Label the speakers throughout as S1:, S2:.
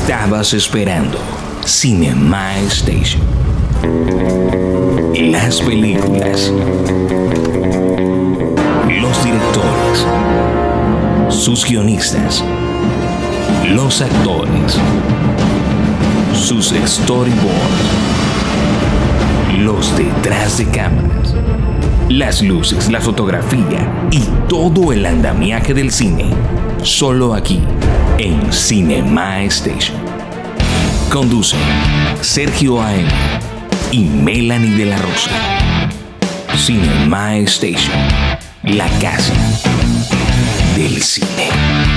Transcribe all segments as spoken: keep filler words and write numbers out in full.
S1: estabas esperando. Cinema Station. Las películas. Los directores. Sus guionistas. Los actores. Sus storyboards. Los detrás de cámaras. Las luces, la fotografía y todo el andamiaje del cine. Solo aquí, en Cinema Station. Conducen Sergio A M y Melanie de la Rosa. Cinema Station, la casa del cine.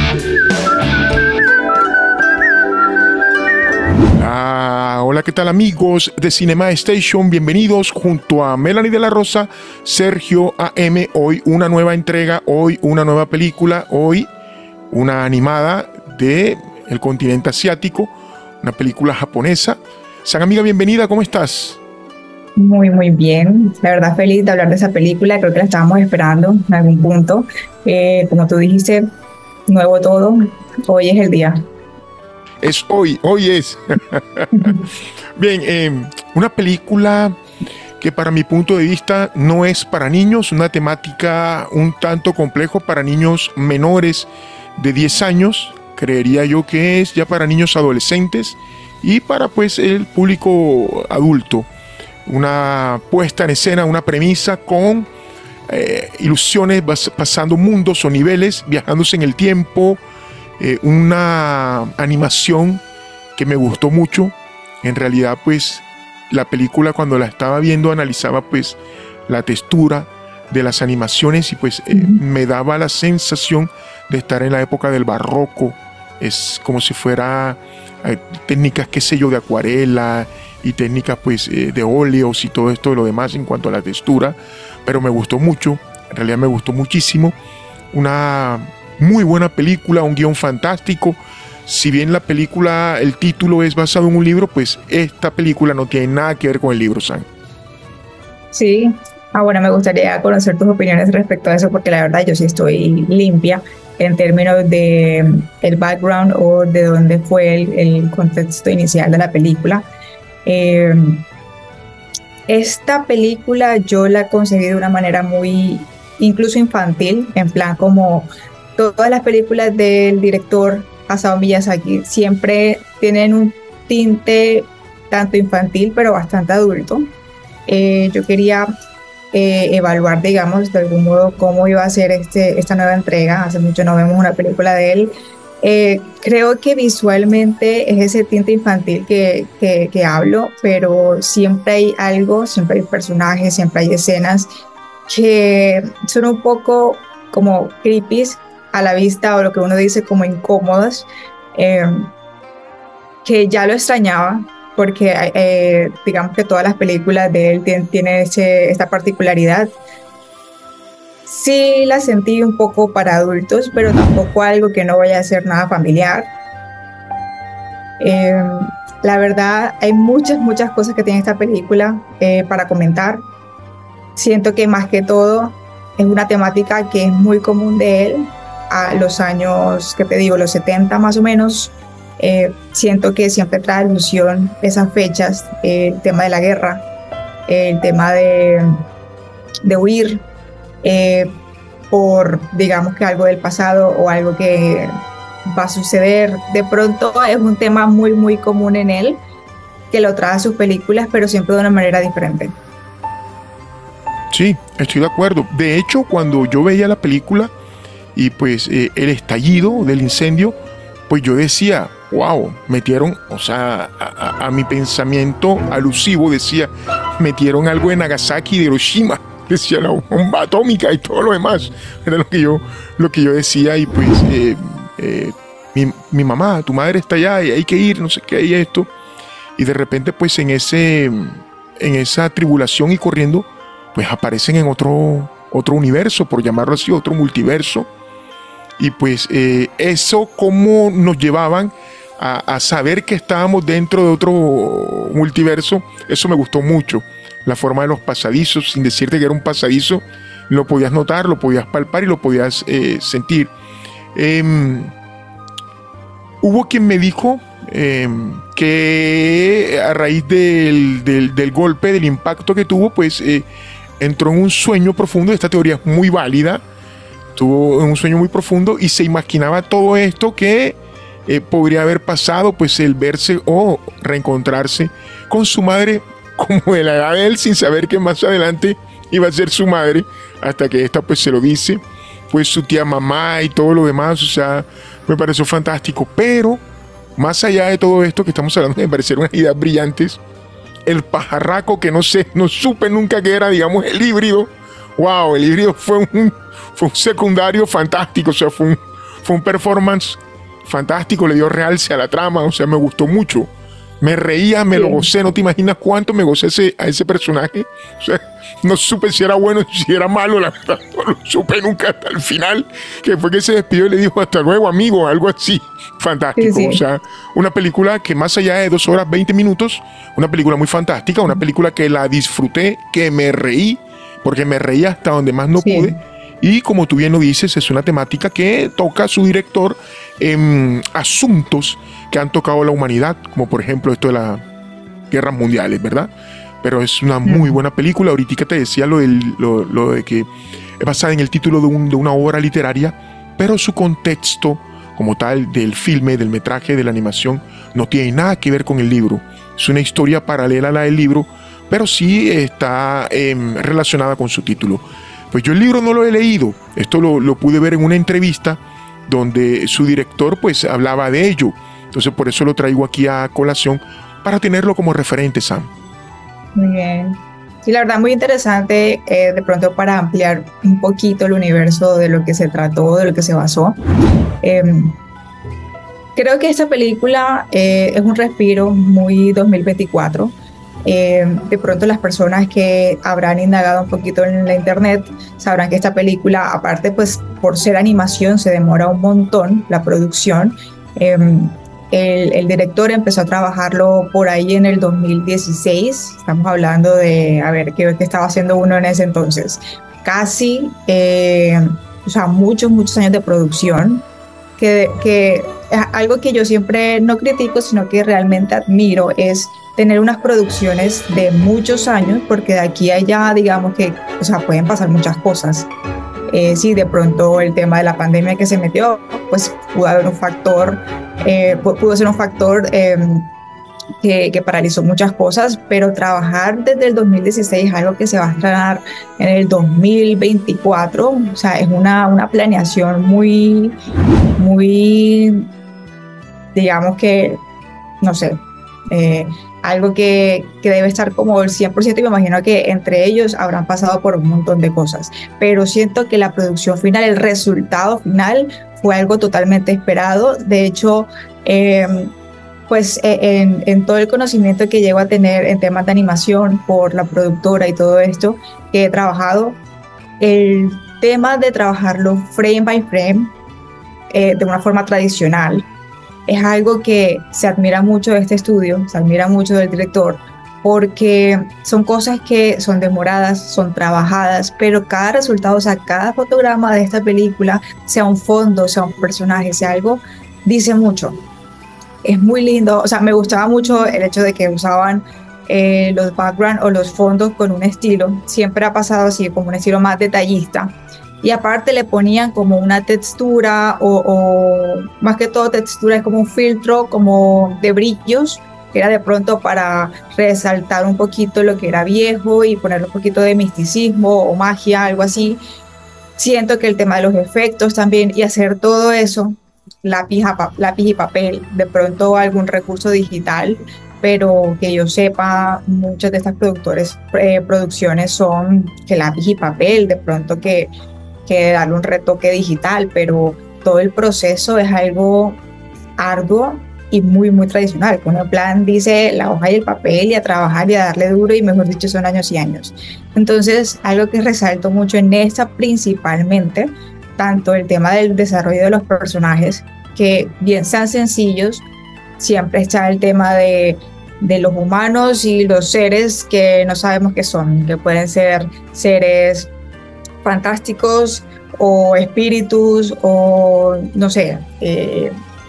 S2: Ah, hola, ¿qué tal amigos de Cinema Station? Bienvenidos junto a Melanie de la Rosa, Sergio A M. Hoy una nueva entrega, hoy una nueva película, hoy una animada de el continente asiático, una película japonesa. San amiga, bienvenida, ¿cómo estás?
S3: Muy, muy bien. La verdad, feliz de hablar de esa película. Creo que la estábamos esperando en algún punto. Eh, como tú dijiste, nuevo todo. Hoy es el día.
S2: Es hoy, hoy es. Bien, eh, una película que para mi punto de vista no es para niños, una temática un tanto complejo para niños menores de diez años. Creería yo que es ya para niños adolescentes y para pues el público adulto. Una puesta en escena, una premisa con eh, ilusiones, pasando mundos o niveles, viajándose en el tiempo. Eh, una animación que me gustó mucho. En realidad pues la película, cuando la estaba viendo, analizaba pues la textura de las animaciones y pues eh, me daba la sensación de estar en la época del barroco. Es como si fuera eh, técnicas, qué sé yo, de acuarela y técnicas pues eh, de óleos y todo esto de lo demás en cuanto a la textura, pero me gustó mucho, en realidad me gustó muchísimo. Una muy buena película, un guión fantástico. Si bien la película, el título es basado en un libro, pues esta película no tiene nada que ver con el libro, San.
S3: Sí, ah, bueno, me gustaría conocer tus opiniones respecto a eso, porque la verdad yo sí estoy limpia en términos de el background o de dónde fue el, el contexto inicial de la película. Eh, esta película yo la concebí de una manera muy, incluso infantil, en plan como todas las películas del director Hayao Miyazaki siempre tienen un tinte tanto infantil pero bastante adulto. Eh, yo quería eh, evaluar, digamos, de algún modo cómo iba a ser este, esta nueva entrega. Hace mucho no vemos una película de él. Eh, creo que visualmente es ese tinte infantil que, que, que hablo, pero siempre hay algo, siempre hay personajes, siempre hay escenas que son un poco como creepy a la vista, o lo que uno dice como incómodas, eh, que ya lo extrañaba, porque eh, digamos que todas las películas de él tienen, tienen ese, esta particularidad. Sí la sentí un poco para adultos, pero tampoco algo que no vaya a ser nada familiar. Eh, la verdad, hay muchas, muchas cosas que tiene esta película eh, para comentar. Siento que más que todo es una temática que es muy común de él, a los años, que te digo, los setenta más o menos. Eh, siento que siempre trae alusión esas fechas, eh, el tema de la guerra, eh, el tema de, de huir eh, por, digamos que algo del pasado o algo que va a suceder. De pronto es un tema muy, muy común en él, que lo trae a sus películas, pero siempre de una manera diferente.
S2: Sí, estoy de acuerdo. De hecho, cuando yo veía la película y pues eh, el estallido del incendio, pues yo decía, wow, metieron, o sea, a, a, a mi pensamiento alusivo decía, metieron algo de Nagasaki y de Hiroshima, decía la bomba atómica y todo lo demás. Era lo que yo, lo que yo decía. Y pues eh, eh, mi, mi mamá, tu madre está allá y hay que ir, no sé qué, hay esto. Y de repente pues en, ese, en esa tribulación y corriendo, pues aparecen en otro, otro universo, por llamarlo así, otro multiverso. Y pues eh, eso, cómo nos llevaban a, a saber que estábamos dentro de otro multiverso, eso me gustó mucho. La forma de los pasadizos, sin decirte que era un pasadizo, lo podías notar, lo podías palpar y lo podías eh, sentir. Eh, hubo quien me dijo, eh, que a raíz del, del, del golpe, del impacto que tuvo, pues eh, entró en un sueño profundo. Esta teoría es muy válida. Tuvo un sueño muy profundo y se imaginaba todo esto que eh, podría haber pasado, pues el verse o reencontrarse con su madre como de la edad de él, sin saber que más adelante iba a ser su madre, hasta que esta pues se lo dice, pues su tía mamá y todo lo demás. O sea, me pareció fantástico. Pero más allá de todo esto que estamos hablando, me parecieron unas ideas brillantes. El pajarraco, que no sé, no supe nunca que era, digamos, el híbrido. Wow, el híbrido fue un, fue un secundario fantástico. O sea, fue un, fue un performance fantástico, le dio realce a la trama. O sea, me gustó mucho. Me reía, me sí. lo gocé. No te imaginas cuánto me gocé ese, a ese personaje. O sea, no supe si era bueno, si era malo, la verdad. No lo supe nunca hasta el final, que fue que se despidió y le dijo hasta luego, amigo, algo así. Fantástico. Sí, sí. O sea, una película que más allá de dos horas, veinte minutos, una película muy fantástica, una película que la disfruté, que me reí, porque me reí hasta donde más no sí. pude. Y como tú bien lo dices, es una temática que toca a su director en asuntos que han tocado a la humanidad, como por ejemplo esto de las guerras mundiales, ¿verdad? Pero es una muy buena película. Ahorita te decía lo, del, lo, lo de que es basada en el título de, un, de una obra literaria, pero su contexto como tal del filme, del metraje, de la animación, no tiene nada que ver con el libro. Es una historia paralela a la del libro, pero sí está eh, relacionada con su título. Pues yo el libro no lo he leído. Esto lo, lo pude ver en una entrevista donde su director pues hablaba de ello. Entonces por eso lo traigo aquí a colación para tenerlo como referente, Sam.
S3: Muy bien. Sí, la verdad muy interesante, eh, de pronto para ampliar un poquito el universo de lo que se trató, de lo que se basó. Eh, creo que esta película eh, es un respiro muy dos mil veinticuatro. Eh, de pronto las personas que habrán indagado un poquito en la internet sabrán que esta película, aparte pues por ser animación, se demora un montón la producción. Eh, el, el director empezó a trabajarlo por ahí en el dos mil dieciséis. Estamos hablando de, a ver, ¿qué, qué estaba haciendo uno en ese entonces? Casi, eh, o sea, muchos, muchos años de producción. Que, que es algo que yo siempre no critico, sino que realmente admiro, es tener unas producciones de muchos años, porque de aquí a allá, digamos que, o sea, pueden pasar muchas cosas. Eh, sí, de pronto el tema de la pandemia que se metió, pues pudo haber un factor, eh, pudo ser un factor eh, que, que paralizó muchas cosas, pero trabajar desde el dos mil dieciséis, algo que se va a estrenar en el dos mil veinticuatro, o sea, es una, una planeación muy, muy, digamos que, no sé, eh, algo que, que debe estar como el cien por ciento, y me imagino que entre ellos habrán pasado por un montón de cosas, pero siento que la producción final, el resultado final fue algo totalmente esperado. De hecho, eh, pues en, en todo el conocimiento que llego a tener en temas de animación por la productora y todo esto que he trabajado, el tema de trabajarlo frame by frame eh, de una forma tradicional es algo que se admira mucho de este estudio, se admira mucho del director, porque son cosas que son demoradas, son trabajadas, pero cada resultado, o sea, cada fotograma de esta película, sea un fondo, sea un personaje, sea algo, dice mucho. Es muy lindo, o sea, me gustaba mucho el hecho de que usaban eh, los background o los fondos con un estilo, siempre ha pasado así, como un estilo más detallista. Y aparte le ponían como una textura o, o más que todo textura, es como un filtro como de brillos, que era de pronto para resaltar un poquito lo que era viejo y poner un poquito de misticismo o magia, algo así. Siento que el tema de los efectos también, y hacer todo eso, lápiz, a, lápiz y papel, de pronto algún recurso digital, pero que yo sepa, muchas de estas productores, eh, producciones son que lápiz y papel, de pronto que que darle un retoque digital, pero todo el proceso es algo arduo y muy, muy tradicional. Con el plan dice la hoja y el papel y a trabajar y a darle duro, y mejor dicho son años y años. Entonces, algo que resalto mucho en esta principalmente, tanto el tema del desarrollo de los personajes, que bien sean sencillos, siempre está el tema de, de los humanos y los seres que no sabemos qué son, que pueden ser seres fantásticos o espíritus o no sé, eh,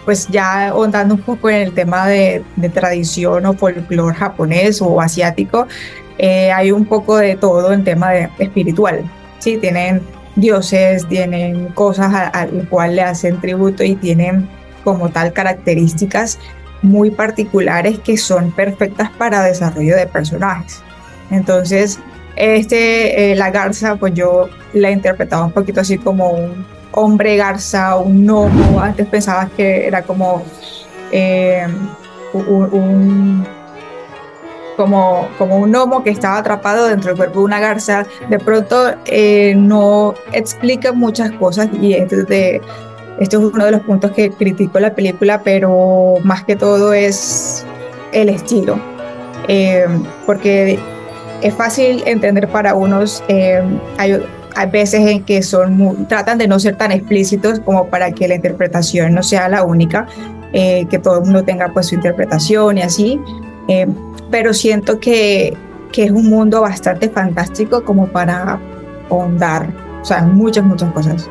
S3: pues ya ahondando un poco en el tema de, de tradición o folclore japonés o asiático, eh, hay un poco de todo en tema de espiritual, ¿sí? Tienen dioses, tienen cosas al cual le hacen tributo y tienen como tal características muy particulares que son perfectas para desarrollo de personajes. Entonces, este, eh, la garza, pues yo la interpretaba un poquito así como un hombre garza, un gnomo. Antes pensabas que era como eh, un, un, como, como un gnomo que estaba atrapado dentro del cuerpo de una garza. De pronto eh, no explica muchas cosas y es de, esto es uno de los puntos que critico la película, pero más que todo es el estilo, eh, porque es fácil entender para unos. eh, hay, hay veces en que son muy, tratan de no ser tan explícitos como para que la interpretación no sea la única, eh, que todo el mundo tenga pues su interpretación y así, eh, pero siento que, que es un mundo bastante fantástico como para ahondar, o sea, muchas, muchas cosas.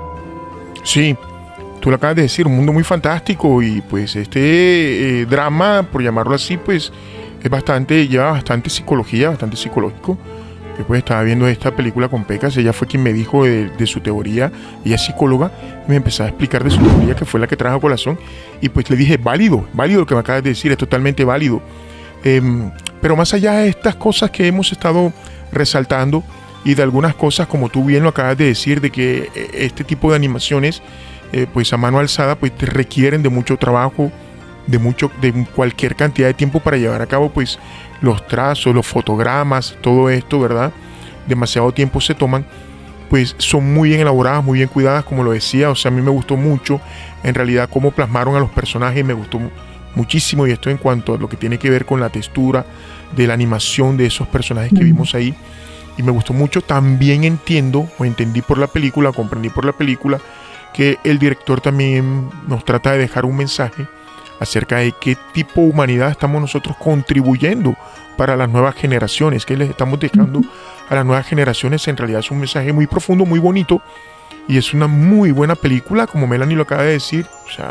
S2: Sí, tú lo acabas de decir, un mundo muy fantástico y pues este eh, drama, por llamarlo así, pues es bastante, lleva bastante psicología, bastante psicológico. Yo pues estaba viendo esta película con Pecas, ella fue quien me dijo de, de su teoría, ella es psicóloga, y me empezó a explicar de su teoría, que fue la que trajo a colación, y pues le dije, válido, válido lo que me acabas de decir, es totalmente válido. Eh, pero más allá de estas cosas que hemos estado resaltando, y de algunas cosas, como tú bien lo acabas de decir, de que este tipo de animaciones, eh, pues a mano alzada, pues te requieren de mucho trabajo, de mucho, de cualquier cantidad de tiempo para llevar a cabo, pues los trazos, los fotogramas, todo esto, ¿verdad? Demasiado tiempo se toman, pues son muy bien elaboradas, muy bien cuidadas, como lo decía. O sea, a mí me gustó mucho, en realidad, cómo plasmaron a los personajes, me gustó muchísimo, y esto en cuanto a lo que tiene que ver con la textura de la animación de esos personajes que vimos ahí, y me gustó mucho. También entiendo, o entendí por la película, comprendí por la película, que el director también nos trata de dejar un mensaje acerca de qué tipo de humanidad estamos nosotros contribuyendo para las nuevas generaciones, que les estamos dejando a las nuevas generaciones. En realidad es un mensaje muy profundo, muy bonito, y es una muy buena película, como Melanie lo acaba de decir, o sea,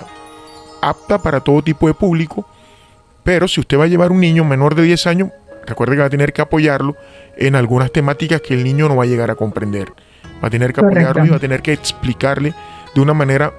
S2: apta para todo tipo de público. Pero si usted va a llevar un niño menor de diez años, recuerde que va a tener que apoyarlo en algunas temáticas que el niño no va a llegar a comprender. Va a tener que apoyarlo. Correcto. Y va a tener que explicarle de una manera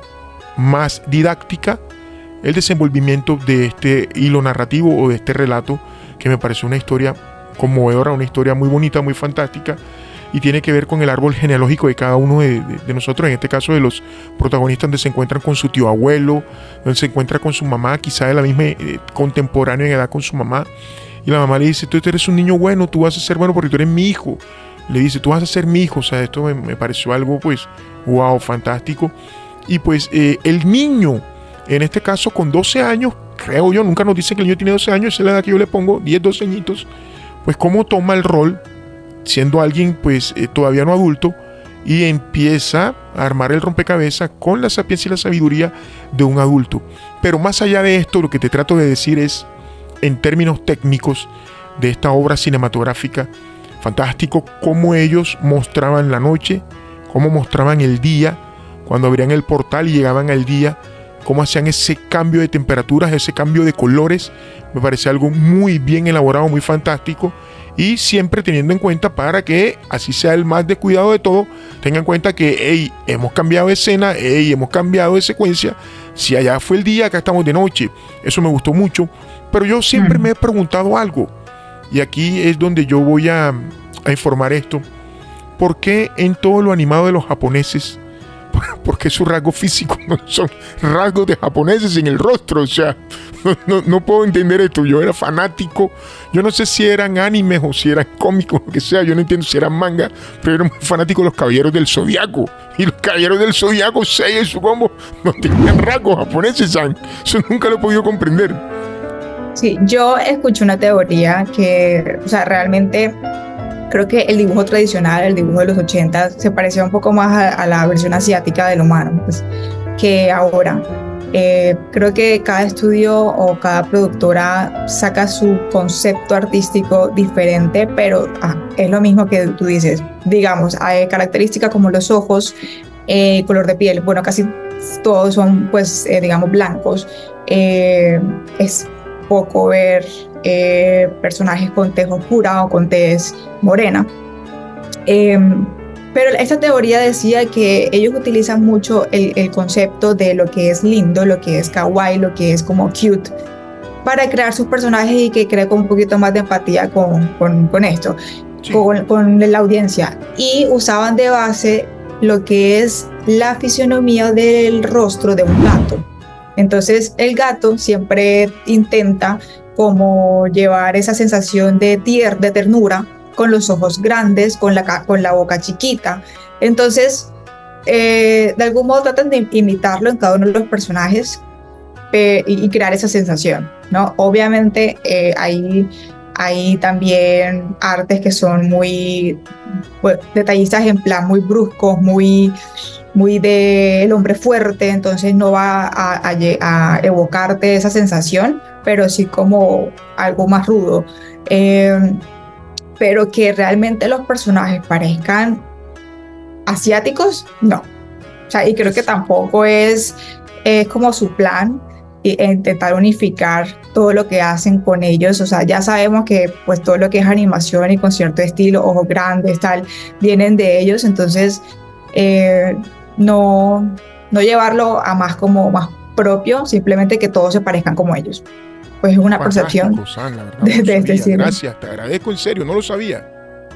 S2: más didáctica el desenvolvimiento de este hilo narrativo o de este relato, que me pareció una historia conmovedora, una historia muy bonita, muy fantástica, y tiene que ver con el árbol genealógico de cada uno de, de, de nosotros, en este caso de los protagonistas, donde se encuentran con su tío abuelo, donde se encuentra con su mamá, quizá de la misma eh, contemporánea en edad con su mamá, y la mamá le dice, tú eres un niño bueno, tú vas a ser bueno porque tú eres mi hijo. Le dice, tú vas a ser mi hijo. O sea, esto me, me pareció algo, pues, wow, fantástico. Y pues eh, el niño, en este caso con doce años, creo yo, nunca nos dice que el niño tiene doce años, esa es la edad que yo le pongo, diez, doce añitos, pues cómo toma el rol, siendo alguien pues eh, todavía no adulto, y empieza a armar el rompecabezas con la sapiencia y la sabiduría de un adulto. Pero más allá de esto, lo que te trato de decir es, en términos técnicos de esta obra cinematográfica, fantástico cómo ellos mostraban la noche, cómo mostraban el día, cuando abrían el portal y llegaban al día, cómo hacían ese cambio de temperaturas, ese cambio de colores. Me parece algo muy bien elaborado, muy fantástico, y siempre teniendo en cuenta, para que así sea el más descuidado de todo, tenga en cuenta que hey, hemos cambiado de escena, hey, hemos cambiado de secuencia. Si allá fue el día, acá estamos de noche. Eso me gustó mucho, pero yo siempre me he preguntado algo, y aquí es donde yo voy a, a informar esto. ¿Por qué en todo lo animado de los japoneses, porque sus rasgos físicos no son rasgos de japoneses en el rostro? O sea, no, no, no puedo entender esto. Yo era fanático, yo no sé si eran animes o si eran cómicos, lo que sea, yo no entiendo si eran manga, pero era muy fanático de los Caballeros del Zodiaco. Y los Caballeros del Zodiaco, seis en su combo, no tenían rasgos japoneses, ¿saben? Eso nunca lo he podido comprender.
S3: Sí, yo escuché una teoría que, o sea, realmente creo que el dibujo tradicional, el dibujo de los ochenta, se parecía un poco más a, a la versión asiática del humano, pues, que ahora. Eh, creo que cada estudio o cada productora saca su concepto artístico diferente, pero ah, es lo mismo que tú dices. Digamos, hay características como los ojos, eh, color de piel. Bueno, casi todos son, pues, eh, digamos, blancos. Eh, es poco ver eh, personajes con tez oscura o con tez morena. Eh, pero esta teoría decía que ellos utilizan mucho el, el concepto de lo que es lindo, lo que es kawaii, lo que es como cute, para crear sus personajes y que cree con un poquito más de empatía con, con, con esto, sí. con, con la audiencia. Y usaban de base lo que es la fisionomía del rostro de un gato. Entonces el gato siempre intenta como llevar esa sensación de, tier, de ternura, con los ojos grandes, con la, con la boca chiquita. Entonces, eh, de algún modo tratan de imitarlo en cada uno de los personajes eh, y, y crear esa sensación, ¿no? Obviamente eh, hay, hay también artes que son muy pues, detallistas, en plan muy bruscos, muy, muy del hombre fuerte, entonces no va a, a, a evocarte esa sensación, pero sí como algo más rudo. Eh, pero que realmente los personajes parezcan asiáticos, no. O sea, y creo que tampoco es, es como su plan intentar unificar todo lo que hacen con ellos. O sea, ya sabemos que pues todo lo que es animación y con cierto estilo, ojos grandes, tal, vienen de ellos, entonces eh, no, no llevarlo a más como más propio, simplemente que todos se parezcan como ellos. Pues es una percepción
S2: Sandra, ¿verdad?
S3: de, de este cine.
S2: Gracias, te agradezco en serio, no lo sabía.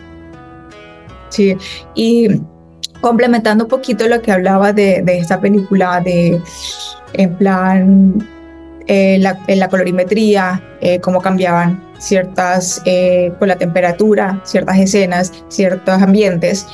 S3: Sí, y complementando un poquito lo que hablaba de, de esta película, de en plan eh, la, en la colorimetría, eh, cómo cambiaban ciertas, eh, con la temperatura, ciertas escenas, ciertos ambientes.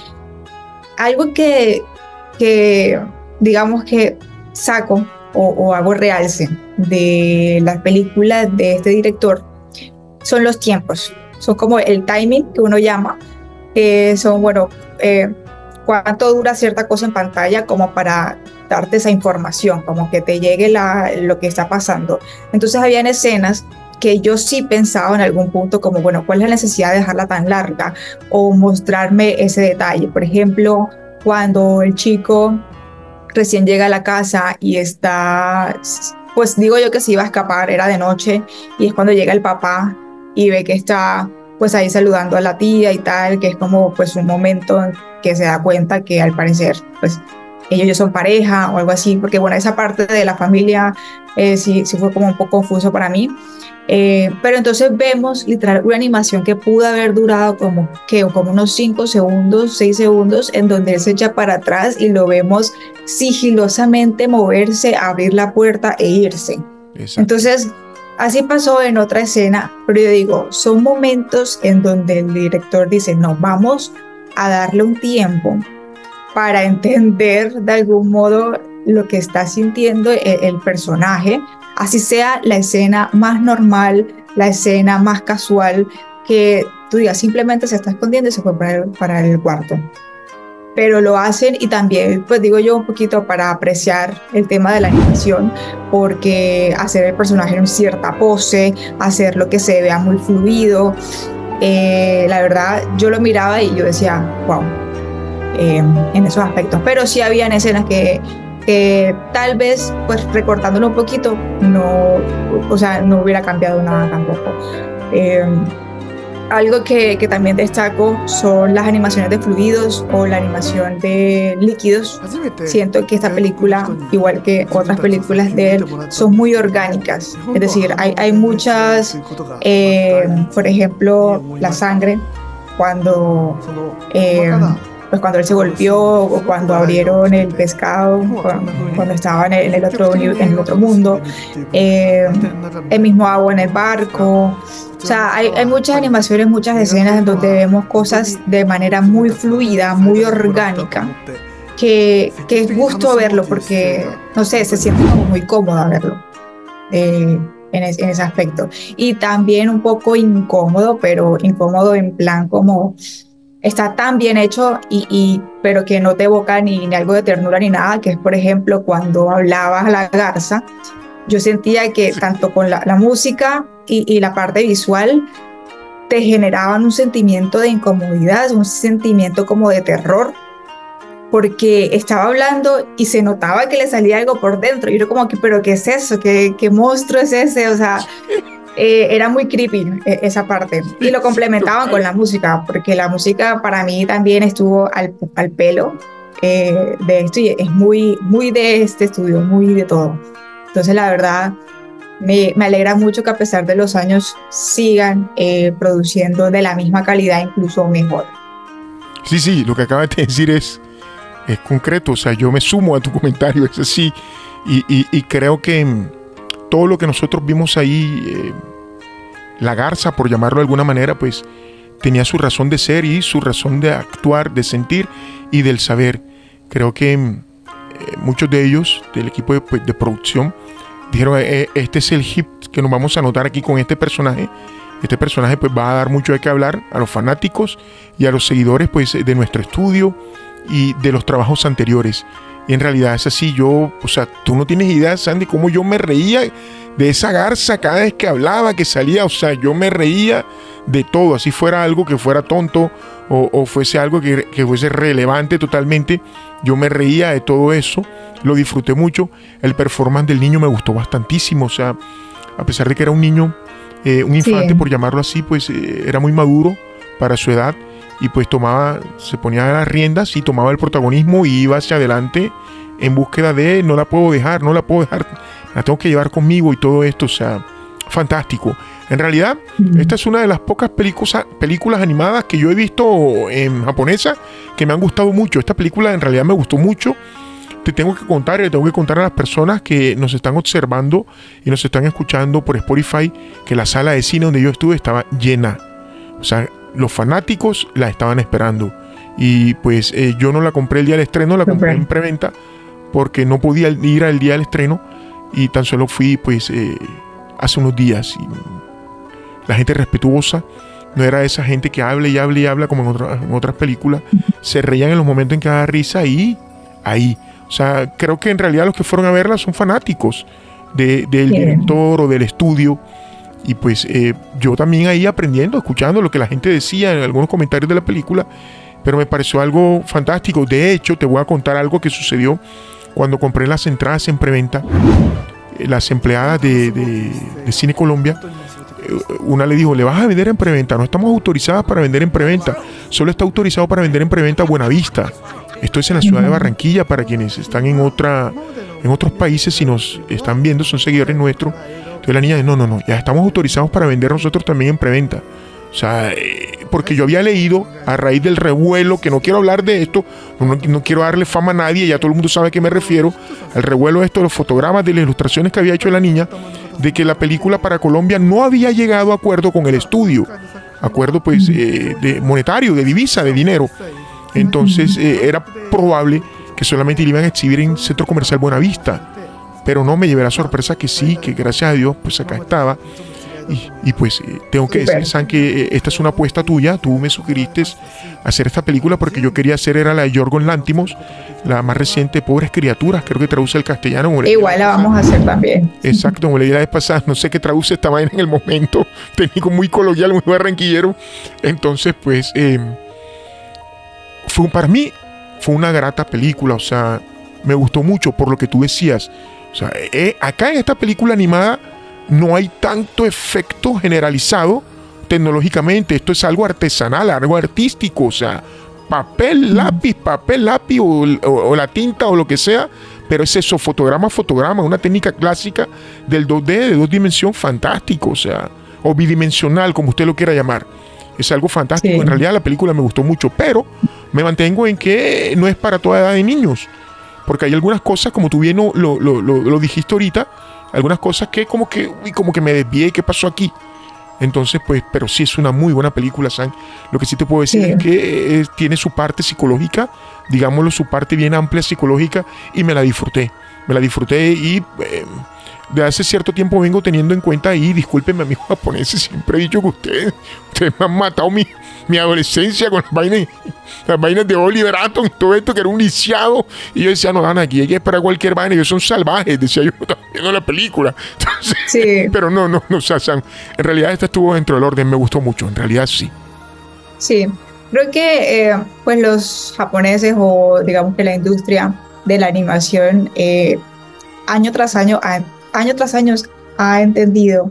S3: Algo que, que digamos que saco o, o hago realce de las películas de este director son los tiempos, son como el timing que uno llama, que son, bueno, eh, cuánto dura cierta cosa en pantalla como para darte esa información, como que te llegue la, lo que está pasando. Entonces habían escenas que yo sí pensaba en algún punto como, bueno, ¿cuál es la necesidad de dejarla tan larga? O mostrarme ese detalle. Por ejemplo, cuando el chico recién llega a la casa y está, pues digo yo que se iba a escapar, era de noche, y es cuando llega el papá y ve que está pues ahí saludando a la tía y tal, que es como pues un momento en que se da cuenta que al parecer pues ellos ya son pareja o algo así, porque bueno, esa parte de la familia eh, sí, sí fue como un poco confuso para mí. Eh, pero entonces vemos literal una animación que pudo haber durado como, ¿qué? como unos cinco segundos, seis segundos, en donde él se echa para atrás y lo vemos sigilosamente moverse, abrir la puerta e irse. Exacto. Entonces, así pasó en otra escena, pero yo digo, son momentos en donde el director dice, no, vamos a darle un tiempo para entender de algún modo lo que está sintiendo el, el personaje, así sea la escena más normal, la escena más casual, que tú digas, simplemente se está escondiendo y se fue para el, para el cuarto. Pero lo hacen y también, pues digo yo, un poquito para apreciar el tema de la animación, porque hacer el personaje en cierta pose, hacer lo que se vea muy fluido, eh, la verdad, yo lo miraba y yo decía, wow, eh, en esos aspectos. Pero sí habían escenas que que tal vez, pues recortándolo un poquito, no, o sea, no hubiera cambiado nada tampoco. Eh, algo que, que también destaco son las animaciones de fluidos o la animación de líquidos. Siento que esta película, igual que otras películas de él, son muy orgánicas. Es decir, hay, hay muchas, eh, por ejemplo, la sangre, cuando... Eh, pues cuando él se golpeó o cuando abrieron el pescado, cuando, cuando estaba en el, en, el otro, en el otro mundo, eh, el mismo agua en el barco. O sea, hay, hay muchas animaciones, muchas escenas en donde vemos cosas de manera muy fluida, muy orgánica, que, que es gusto verlo porque, no sé, se siente como muy cómodo verlo. Eh, En, es, en ese aspecto. Y también un poco incómodo, pero incómodo en plan como está tan bien hecho, y, y, pero que no te evoca ni, ni algo de ternura ni nada, que es por ejemplo cuando hablabas a la garza, yo sentía que tanto con la, la música y, y la parte visual te generaban un sentimiento de incomodidad, un sentimiento como de terror, porque estaba hablando y se notaba que le salía algo por dentro. Y yo como que, ¿pero qué es eso? ¿Qué, qué monstruo es ese? O sea, eh, era muy creepy eh, esa parte. Y lo complementaban con la música, porque la música para mí también estuvo al, al pelo eh, de esto y es muy, muy de este estudio, muy de todo. Entonces, la verdad, me, me alegra mucho que a pesar de los años sigan eh, produciendo de la misma calidad, incluso mejor.
S2: Sí, sí, lo que acabas de decir es, es concreto, o sea, yo me sumo a tu comentario, es así, y, y, y creo que todo lo que nosotros vimos ahí, eh, la garza, por llamarlo de alguna manera, pues tenía su razón de ser y su razón de actuar, de sentir y del saber. Creo que eh, muchos de ellos, del equipo de, pues, de producción, dijeron, eh, este es el hit que nos vamos a anotar aquí con este personaje. Este personaje pues va a dar mucho de qué hablar a los fanáticos y a los seguidores pues de nuestro estudio y de los trabajos anteriores. Y en realidad es así, yo, o sea, tú no tienes idea, Sandy, cómo yo me reía de esa garza cada vez que hablaba, que salía, o sea, yo me reía de todo, así fuera algo que fuera tonto o, o fuese algo que, que fuese relevante totalmente, yo me reía de todo eso, lo disfruté mucho. El performance del niño me gustó bastantísimo, o sea, a pesar de que era un niño, eh, un infante, sí, por llamarlo así, pues eh, era muy maduro para su edad y pues tomaba, se ponía las riendas y tomaba el protagonismo y iba hacia adelante en búsqueda de, no la puedo dejar, no la puedo dejar, la tengo que llevar conmigo y todo esto, o sea, fantástico. En realidad, mm. esta es una de las pocas películas, películas animadas que yo he visto en japonesa que me han gustado mucho. Esta película en realidad me gustó mucho. Te tengo que contar y le tengo que contar a las personas que nos están observando y nos están escuchando por Spotify que la sala de cine donde yo estuve estaba llena. O sea, los fanáticos la estaban esperando. Y pues eh, yo no la compré el día del estreno, la compré en preventa porque no podía ir al día del estreno y tan solo fui pues eh, hace unos días. Y la gente respetuosa, no era esa gente que habla y habla y habla como en, otra, en otras películas. Se reían en los momentos en que daba risa y ahí. O sea, creo que en realidad los que fueron a verla son fanáticos de, del Bien. director o del estudio. Y pues eh, yo también ahí aprendiendo, escuchando lo que la gente decía en algunos comentarios de la película. Pero me pareció algo fantástico. De hecho, te voy a contar algo que sucedió cuando compré las entradas en preventa. Las empleadas de, de, de Cine Colombia, una le dijo, le vas a vender en preventa. No estamos autorizadas para vender en preventa. Solo está autorizado para vender en preventa Buenavista. Esto es en la ciudad de Barranquilla, para quienes están en otra, en otros países y nos están viendo, son seguidores nuestros. Entonces la niña dice, no, no, no, ya estamos autorizados para vender nosotros también en preventa. O sea, eh, porque yo había leído a raíz del revuelo, que no quiero hablar de esto, no, no quiero darle fama a nadie, ya todo el mundo sabe a qué me refiero, al revuelo de esto, de los fotogramas, de las ilustraciones que había hecho la niña, de que la película para Colombia no había llegado a acuerdo con el estudio, acuerdo pues eh, de monetario, de divisa, de dinero. Entonces eh, era probable que solamente le iban a exhibir en Centro Comercial Buenavista, pero no, me llevé la sorpresa que sí, que gracias a Dios pues acá estaba. Y, y pues eh, tengo que decir, San, que eh, esta es una apuesta tuya. Tú me sugeriste hacer esta película porque yo quería hacer, era la de Yorgos Lántimos, la más reciente, Pobres Criaturas, creo que traduce al castellano.
S3: Igual la vamos a hacer también.
S2: Exacto, como leí la vez pasada, no sé qué traduce esta vaina en el momento, técnico muy coloquial, muy barranquillero. Entonces pues eh, fue, para mí fue una grata película, o sea, me gustó mucho por lo que tú decías. O sea, eh, acá en esta película animada no hay tanto efecto generalizado tecnológicamente. Esto es algo artesanal, algo artístico. O sea, papel, lápiz, papel, lápiz o, o, o la tinta o lo que sea. Pero es eso, fotograma, fotograma, una técnica clásica del dos D, de dos dimensiones, fantástico. O sea, o bidimensional, como usted lo quiera llamar. Es algo fantástico. Sí. En realidad la película me gustó mucho, pero me mantengo en que no es para toda edad de niños. Porque hay algunas cosas, como tú bien lo, lo, lo, lo dijiste ahorita, algunas cosas que como que, uy, como que me desvié, ¿qué pasó aquí? Entonces, pues, pero sí es una muy buena película, San. Lo que sí te puedo decir sí. es que eh, tiene su parte psicológica, digámoslo, su parte bien amplia psicológica, y me la disfruté. Me la disfruté y eh, de hace cierto tiempo vengo teniendo en cuenta, y discúlpenme, amigos japoneses, siempre he dicho que ustedes, ustedes me han matado mi, mi adolescencia con las vainas, las vainas de Oliver Atom y todo esto, que era un lisiado. Y yo decía, no, Ana, aquí hay que esperar cualquier vaina, ellos son salvajes, decía yo viendo la película. Entonces, sí. Pero no, no, no, o sea, en realidad esta estuvo dentro del orden, me gustó mucho, en realidad sí.
S3: Sí, Creo que eh, pues los japoneses o digamos que la industria de la animación eh, año tras año, a- año tras año ha entendido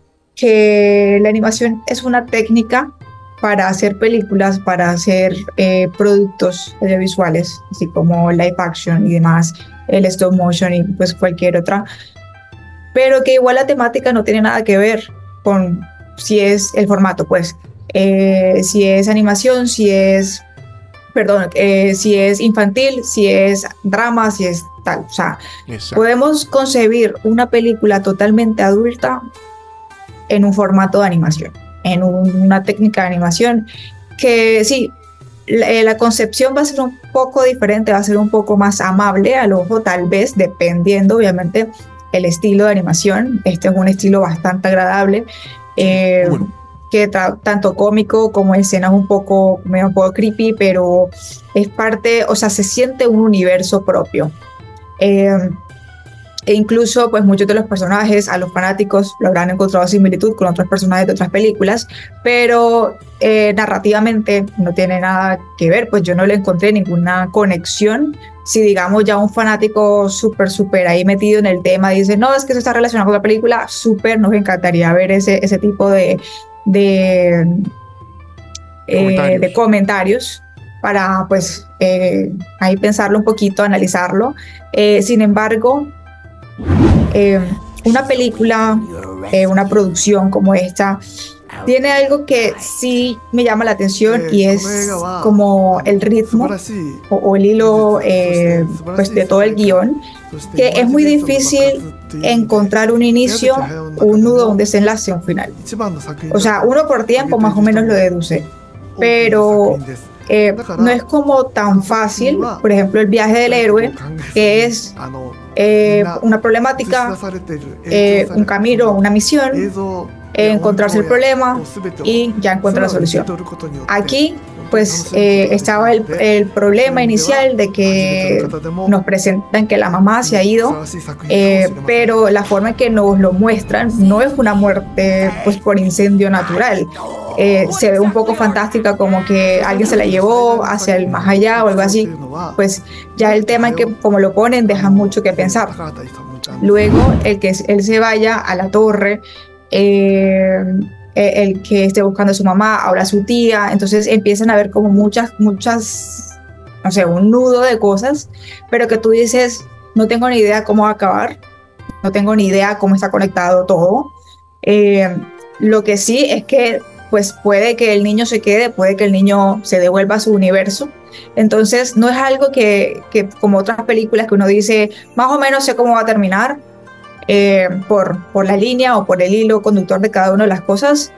S3: que la animación es una técnica para hacer películas, para hacer eh, productos audiovisuales, así como live action y demás, el stop motion y pues cualquier otra, pero que igual la temática no tiene nada que ver con si es el formato, pues, eh, si es animación, si es, perdón, eh, si es infantil, si es drama, si es tal, o sea,
S2: Exacto.
S3: podemos concebir una película totalmente adulta en un formato de animación, en un- una técnica de animación que sí, la, eh, la concepción va a ser un poco diferente, va a ser un poco más amable al ojo, tal vez, dependiendo, obviamente, el estilo de animación. Este es un estilo bastante agradable, eh,
S2: Bueno,
S3: que tra- tanto cómico como escenas un poco, medio un poco creepy, pero es parte, o sea, se siente un universo propio. Eh, e incluso, pues muchos de los personajes, a los fanáticos lo habrán encontrado similitud con otros personajes de otras películas, pero eh, narrativamente no tiene nada que ver, pues yo no le encontré ninguna conexión. Si digamos ya un fanático súper, súper ahí metido en el tema dice, no, es que eso está relacionado con la película, súper, nos encantaría ver ese, ese tipo de, de, eh, de
S2: comentarios.
S3: comentarios para pues eh, ahí pensarlo un poquito, analizarlo. Eh, sin embargo, eh, una película, eh, una producción como esta, tiene algo que sí me llama la atención y es como el ritmo o, o el hilo eh, pues de todo el guión, que es muy difícil encontrar un inicio, un nudo, un desenlace, un final. O sea, uno por tiempo más o menos lo deduce, pero eh, no es como tan fácil. Por ejemplo, el viaje del héroe, que es eh, una problemática, eh, un camino, una misión, eh, encontrarse el problema y ya encuentra la solución. Aquí, pues, eh, estaba el, el problema inicial de que nos presentan que la mamá se ha ido, eh, pero la forma en que nos lo muestran no es una muerte, pues, por incendio natural. Eh, se ve un poco fantástica, como que alguien se la llevó hacia el más allá o algo así. Pues ya el tema en que como lo ponen deja mucho que pensar. Luego el que él se vaya a la torre, eh, el que esté buscando a su mamá, ahora a su tía, entonces empiezan a ver como muchas, muchas, no sé, un nudo de cosas, pero que tú dices, no tengo ni idea cómo va a acabar, no tengo ni idea cómo está conectado todo. Eh, lo que sí es que pues puede que el niño se quede, puede que el niño se devuelva a su universo. Entonces no es algo que, que como otras películas que uno dice, más o menos sé cómo va a terminar, eh, por, por la línea o por el hilo conductor de cada una de las cosas,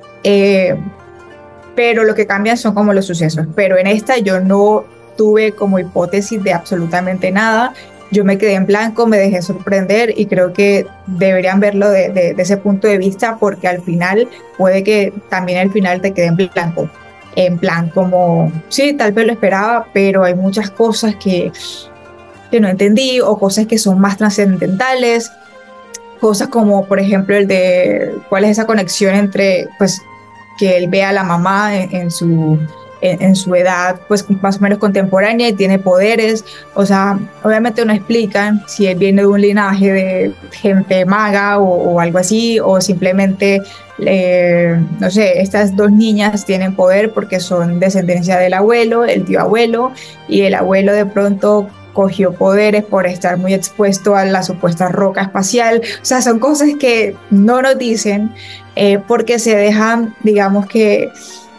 S3: eh, pero lo que cambian son como los sucesos. Pero en esta yo no tuve como hipótesis de absolutamente nada. Yo me quedé en blanco, me dejé sorprender y creo que deberían verlo de, de, de ese punto de vista, porque al final puede que también al final te quede en blanco. En plan como, sí, tal vez lo esperaba, pero hay muchas cosas que, que no entendí o cosas que son más trascendentales. Cosas como, por ejemplo, el de cuál es esa conexión entre, pues, que él ve a la mamá en, en su... En, en su edad, pues más o menos contemporánea y tiene poderes. O sea, obviamente no explican si él viene de un linaje de gente maga o, o algo así, o simplemente, eh, no sé, estas dos niñas tienen poder porque son descendencia del abuelo, el tío abuelo, y el abuelo de pronto cogió poderes por estar muy expuesto a la supuesta roca espacial. O sea, son cosas que no nos dicen, eh, porque se dejan, digamos que...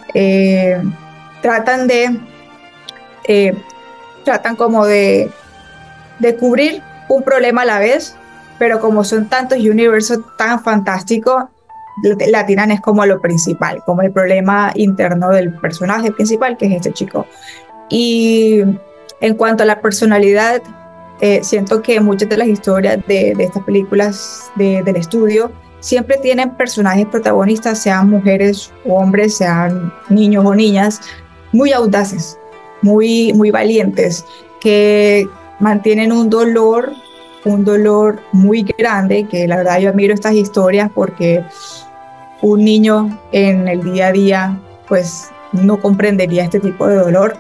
S3: Eh, tratan de eh, tratan como de, de cubrir un problema a la vez, pero como son tantos y un universo tan fantástico, la tiran es como lo principal, como el problema interno del personaje principal, que es este chico. Y en cuanto a la personalidad, eh, siento que muchas de las historias de, de estas películas de, del estudio siempre tienen personajes protagonistas, sean mujeres o hombres, sean niños o niñas, muy audaces, muy, muy valientes, que mantienen un dolor, un dolor muy grande, que la verdad yo admiro estas historias porque un niño en el día a día pues no comprendería este tipo de dolor.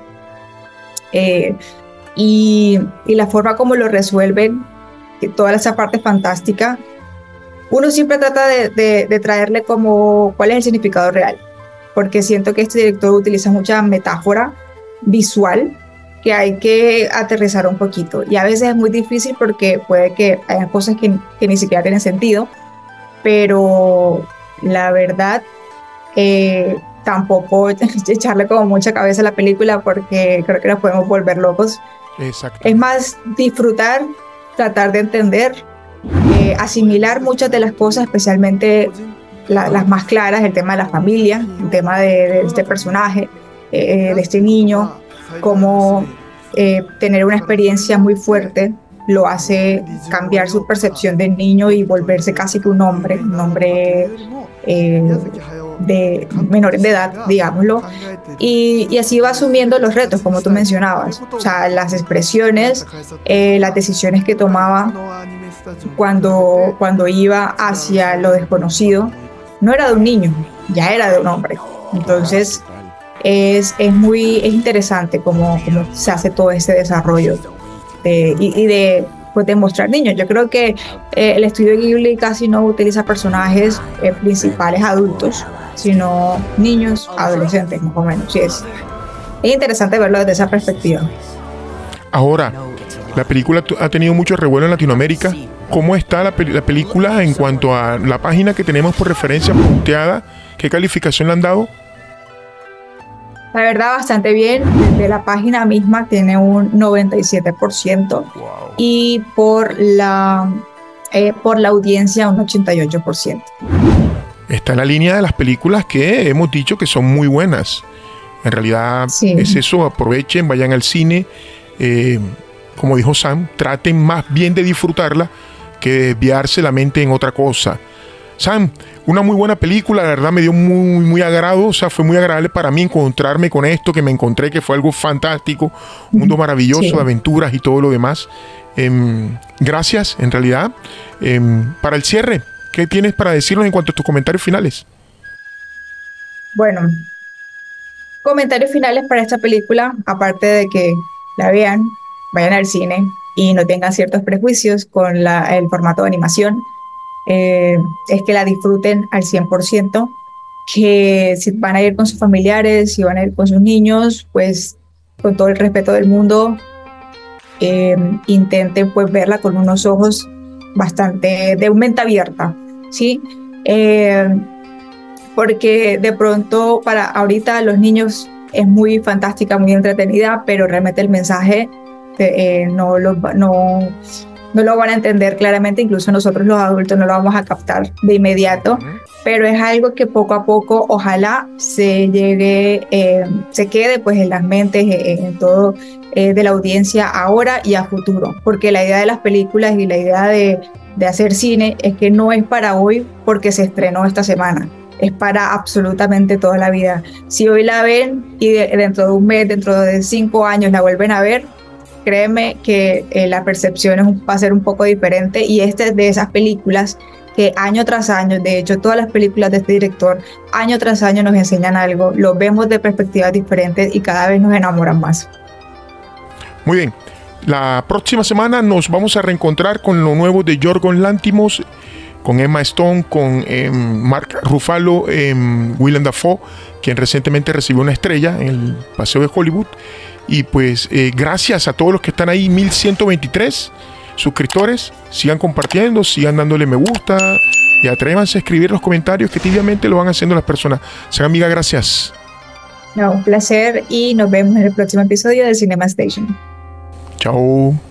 S3: Eh, y, y la forma como lo resuelven, toda esa parte fantástica, uno siempre trata de, de, de traerle como cuál es el significado real, porque siento que este director utiliza mucha metáfora visual que hay que aterrizar un poquito, y a veces es muy difícil porque puede que haya cosas que, que ni siquiera tienen sentido, pero la verdad eh, tampoco echarle como mucha cabeza a la película porque creo que nos podemos volver locos. Es más disfrutar, tratar de entender, eh, asimilar muchas de las cosas, especialmente la, las más claras, el tema de la familia, el tema de, de este personaje, eh, de este niño, cómo eh, tener una experiencia muy fuerte lo hace cambiar su percepción del niño y volverse casi que un hombre, un hombre eh, de menores de edad, digámoslo, y, y así va asumiendo los retos, como tú mencionabas, o sea, las expresiones, eh, las decisiones que tomaba cuando, cuando iba hacia lo desconocido, no era de un niño, ya era de un hombre. Entonces es, es muy es interesante cómo, cómo se hace todo ese desarrollo de, y, y de, pues, de mostrar niños. Yo creo que eh, el estudio Ghibli casi no utiliza personajes eh, principales adultos, sino niños, adolescentes, más o menos. Sí, es, es interesante verlo desde esa perspectiva.
S2: Ahora, la película ha tenido mucho revuelo en Latinoamérica. ¿Cómo está la, pel la película en cuanto a la página que tenemos por referencia punteada? ¿Qué calificación le han dado?
S3: La verdad, bastante bien. Desde la página misma tiene un noventa y siete por ciento. Wow. Y por la, eh, por la audiencia un ochenta y ocho por ciento.
S2: Está en la línea de las películas que hemos dicho que son muy buenas. En realidad sí. Es eso, aprovechen, vayan al cine. Eh, como dijo Sam, traten más bien de disfrutarla que desviarse la mente en otra cosa. Sam, una muy buena película, la verdad me dio muy, muy agrado, o sea, fue muy agradable para mí encontrarme con esto, que me encontré, que fue algo fantástico, un mundo maravilloso, sí, de aventuras y todo lo demás. Eh, gracias, en realidad. Eh, para el cierre, ¿qué tienes para decirnos en cuanto a tus comentarios finales?
S3: Bueno, comentarios finales para esta película, aparte de que la vean, vayan al cine y no tengan ciertos prejuicios con la, el formato de animación. Eh, es que la disfruten al cien por ciento, que si van a ir con sus familiares, si van a ir con sus niños, pues con todo el respeto del mundo, eh, intenten pues verla con unos ojos bastante de mente abierta, ¿sí? Eh, porque de pronto para ahorita los niños es muy fantástica, muy entretenida, pero realmente el mensaje eh, no lo no no lo van a entender claramente, incluso nosotros los adultos no lo vamos a captar de inmediato, pero es algo que poco a poco ojalá se llegue, eh, se quede pues en las mentes, eh, en todo eh, de la audiencia ahora y a futuro, porque la idea de las películas y la idea de, de hacer cine es que no es para hoy porque se estrenó esta semana, es para absolutamente toda la vida. Si hoy la ven y de, dentro de un mes, dentro de cinco años la vuelven a ver, créeme que eh, la percepción es un, va a ser un poco diferente, y esta es de esas películas que año tras año, de hecho todas las películas de este director, año tras año nos enseñan algo, lo vemos de perspectivas diferentes y cada vez nos enamoran más.
S2: Muy bien, la próxima semana nos vamos a reencontrar con lo nuevo de Yorgos Lanthimos, con Emma Stone, con eh, Mark Ruffalo, eh, Willem Dafoe, quien recientemente recibió una estrella en el Paseo de Hollywood. Y pues eh, gracias a todos los que están ahí, mil ciento veintitrés suscriptores. Sigan compartiendo, sigan dándole me gusta y atrévanse a escribir los comentarios que tibiamente lo van haciendo las personas. Sean amiga, gracias.
S3: No, un placer y nos vemos en el próximo episódio de Cinema Station.
S2: Chao.